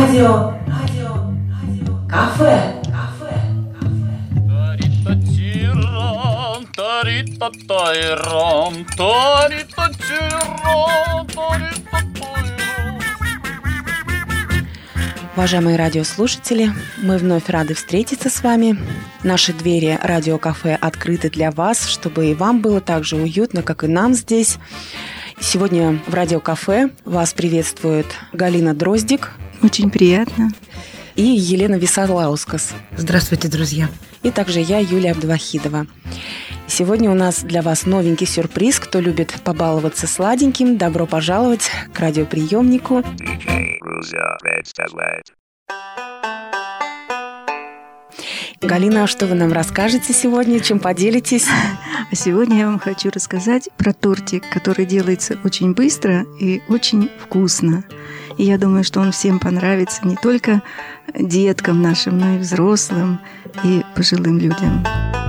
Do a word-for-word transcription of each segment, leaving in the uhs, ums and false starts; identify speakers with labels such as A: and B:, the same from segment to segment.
A: Радио, радио, радио, кафе, кафе,
B: Уважаемые радиослушатели, мы вновь рады встретиться с вами. Наши двери радиокафе открыты для вас, чтобы и вам было так же уютно, как и нам здесь. Сегодня в радиокафе вас приветствует Галина Дроздик.
C: Очень приятно.
B: И Елена Висолаускас.
D: Здравствуйте, друзья.
B: И также я, Юлия Абдувахидова. Сегодня у нас для вас новенький сюрприз. Кто любит побаловаться сладеньким, добро пожаловать к радиоприемнику. Галина, что вы нам расскажете сегодня, чем поделитесь?
C: А сегодня я вам хочу рассказать про тортик, который делается очень быстро и очень вкусно. И я думаю, что он всем понравится, не только деткам нашим, но и взрослым, и пожилым людям.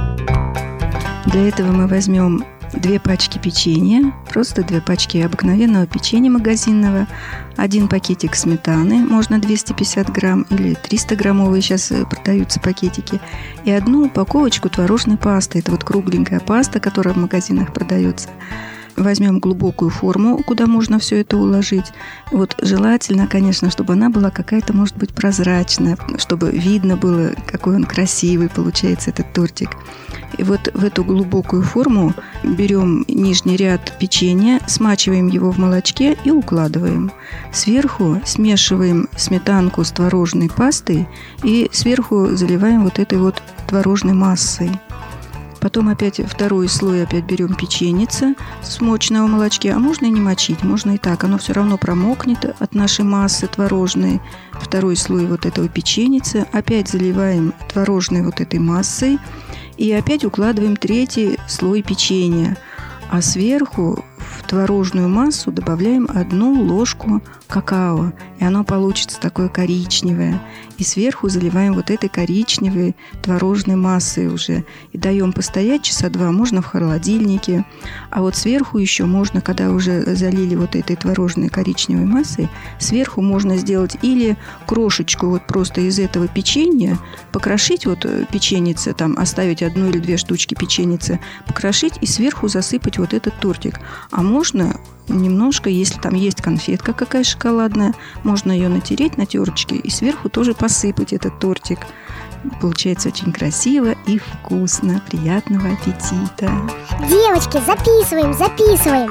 C: Для этого мы возьмем две пачки печенья, просто две пачки обыкновенного печенья магазинного, один пакетик сметаны, можно двести пятьдесят грамм или триста граммовые, сейчас продаются пакетики, и одну упаковочку творожной пасты. Это вот кругленькая паста, которая в магазинах продается. Возьмем глубокую форму, куда можно все это уложить. Вот желательно, конечно, чтобы она была какая-то, может быть, прозрачная, чтобы видно было, какой он красивый получается этот тортик. И вот в эту глубокую форму берем нижний ряд печенья, смачиваем его в молочке и укладываем. Сверху смешиваем сметанку с творожной пастой и сверху заливаем вот этой вот творожной массой. Потом опять второй слой опять берем печеница, смоченного в молочке, а можно и не мочить, можно и так, оно все равно промокнет от нашей массы творожной. Второй слой вот этого печеницы, опять заливаем творожной вот этой массой и опять укладываем третий слой печенья, а сверху в творожную массу добавляем одну ложку какао, и оно получится такое коричневое. И сверху заливаем вот этой коричневой творожной массой уже. И даем постоять часа два, можно в холодильнике. А вот сверху еще можно, когда уже залили вот этой творожной коричневой массой, сверху можно сделать или крошечку вот просто из этого печенья, покрошить вот печеницы, там оставить одну или две штучки печеницы, покрошить и сверху засыпать вот этот тортик. А можно немножко, если там есть конфетка какая шоколадная, можно ее натереть на терочке и сверху тоже посыпать этот тортик. Получается очень красиво и вкусно. Приятного аппетита!
E: Девочки, записываем, записываем!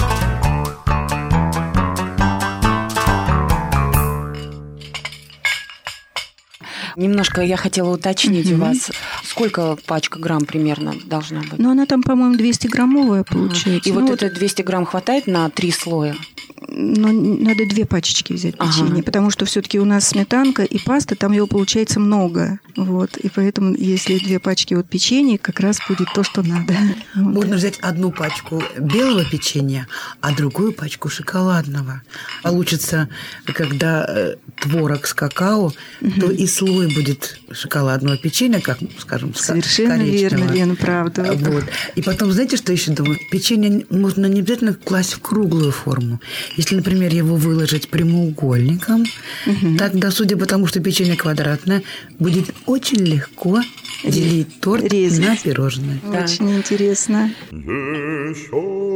B: Немножко я хотела уточнить uh-huh. у вас, сколько пачка грамм примерно должна быть?
C: Ну, она там, по-моему, двести граммовая получается.
B: Uh-huh. И
C: ну,
B: вот
C: вот
B: это двести грамм хватает на три слоя?
C: Но надо две пачечки взять печенья, ага. потому что все-таки у нас сметанка и паста, там его получается много. Вот. И поэтому, если две пачки вот печенья, как раз будет то, что надо.
D: Можно взять одну пачку белого печенья, а другую пачку шоколадного. Получится, когда творог с какао, угу. то и слой будет шоколадного печенья, как, скажем,
C: совершенно верно, Лена, правда.
D: Вот. И потом, знаете, что еще думаю? Печенье можно не обязательно класть в круглую форму. Если, например, его выложить прямоугольником, угу. тогда, судя по тому, что печенье квадратное, будет очень легко делить торт резать на пирожные.
C: Да. Очень интересно.
F: Еще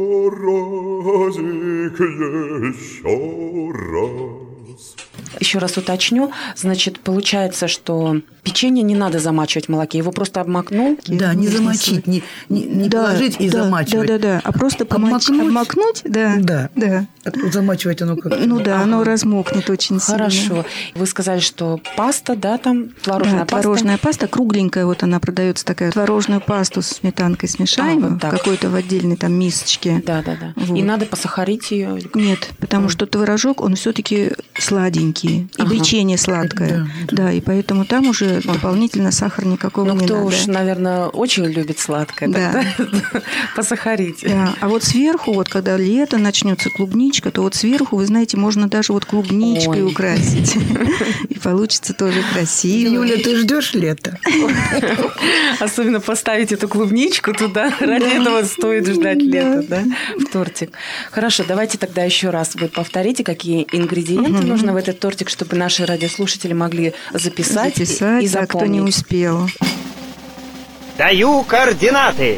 F: разик, еще раз.
B: Еще раз уточню. Значит, получается, что печенье не надо замачивать в молоке, его просто обмакнул?
D: Да, не замочить, не, не, не да, положить и
C: да,
D: замачивать.
C: Да, да, да, а просто обмакнуть, обмакнуть да,
D: да.
C: да.
D: Замачивать оно как-то.
C: Ну да, оно размокнет очень сильно.
B: Хорошо. Вы сказали, что паста, да, там творожная
C: да,
B: паста?
C: творожная паста, кругленькая, вот она продается такая. Творожную пасту с сметанкой смешаем а, вот какой-то в отдельной там мисочке.
B: Да, да, да.
C: Вот.
B: И надо посахарить ее?
C: Нет, потому mm. что творожок, он все-таки сладенький, и ага. печенье сладкое. Да, да, и поэтому там уже ага. дополнительно сахар никакого
B: ну,
C: не надо.
B: Ну, кто уж, наверное, очень любит сладкое,
C: да.
B: посахарить.
C: Да, а вот сверху, вот когда лето начнется, клубничка, то вот сверху, вы знаете, можно даже вот клубничкой Ой. украсить. И получится тоже красиво.
D: Юля, ты ждешь лета?
B: Особенно поставить эту клубничку туда. Ради этого стоит ждать лета, да, в тортик. Хорошо, давайте тогда еще раз вы повторите, какие ингредиенты угу. нужно в этот тортик, чтобы наши радиослушатели могли записать,
C: записать
B: и, и
C: да,
B: запомнить?
C: Кто не успел.
G: Даю координаты.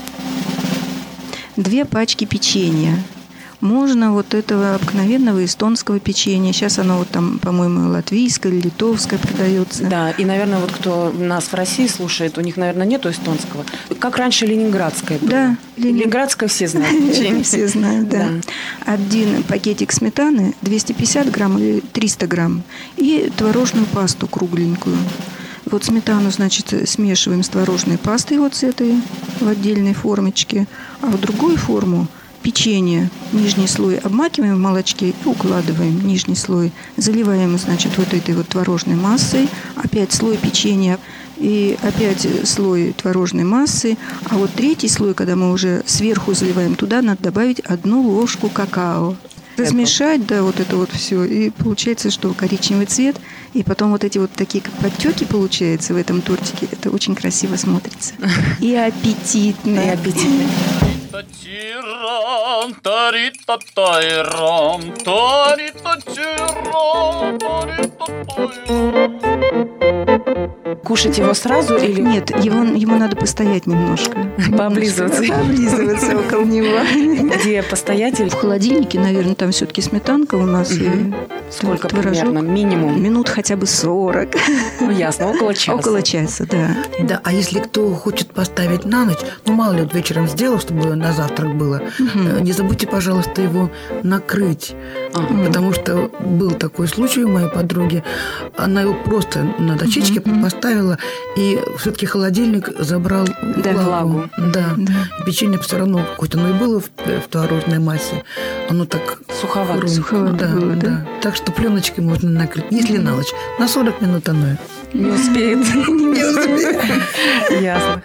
C: Две пачки печенья. Можно вот этого обыкновенного эстонского печенья. Сейчас оно вот там, по-моему, латвийское или литовское продается.
B: Да, и, наверное, вот кто нас в России слушает, у них, наверное, нету эстонского. Как раньше ленинградское было.
C: Да.
B: Ленинградское все знают печенье.
C: Все знают, да. Один пакетик сметаны, двести пятьдесят грамм или триста грамм, и творожную пасту кругленькую. Вот сметану, значит, смешиваем с творожной пастой вот с этой в отдельной формочке, а в другую форму печенье, нижний слой обмакиваем в молочке и укладываем нижний слой. Заливаем, значит, вот этой вот творожной массой. Опять слой печенья и опять слой творожной массы. А вот третий слой, когда мы уже сверху заливаем, туда надо добавить одну ложку какао. Размешать, да, вот это вот все. И получается, что коричневый цвет. И потом вот эти вот такие как подтеки получаются в этом тортике. Это очень красиво смотрится. И аппетитно.
B: И аппетитно. Кушать его сразу или...
C: Нет, его, ему надо постоять немножко.
B: Пооблизываться.
C: Пооблизываться около него.
B: Где постоять?
C: В холодильнике, наверное, там все-таки сметанка у нас.
B: Угу. Сколько примерно? Минимум?
C: Минут хотя бы сорок.
B: Ну, ясно, около часа.
C: Около часа, да.
D: Да, а если кто хочет поставить на ночь, ну, мало ли, вот вечером сделал, чтобы на завтрак было, угу. не забудьте, пожалуйста, его накрыть. Ага. Потому что был такой случай у моей подруги. Она его просто на дощечке угу. поставила, и все-таки холодильник забрал
B: да,
D: влагу.
B: влагу.
D: Да.
C: да.
D: Печенье все равно, хоть оно и было в, в творожной массе, оно так...
B: Суховато.
C: Суховато
D: да, было, да? да. Так что пленочкой можно накрыть, если на ночь. На сорок минут оно
B: не успеет.
D: Не успеет.
B: Ясно.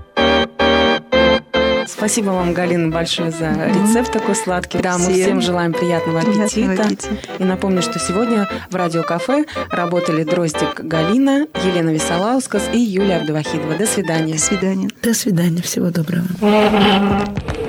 B: Спасибо вам, Галина, большое за рецепт такой сладкий. Да, мы всем желаем приятного аппетита. И напомню, что сегодня в радиокафе работали Дроздик Галина, Елена Висолаускас и Юлия Абдувахидова. До свидания.
C: До свидания.
D: До свидания. Всего доброго.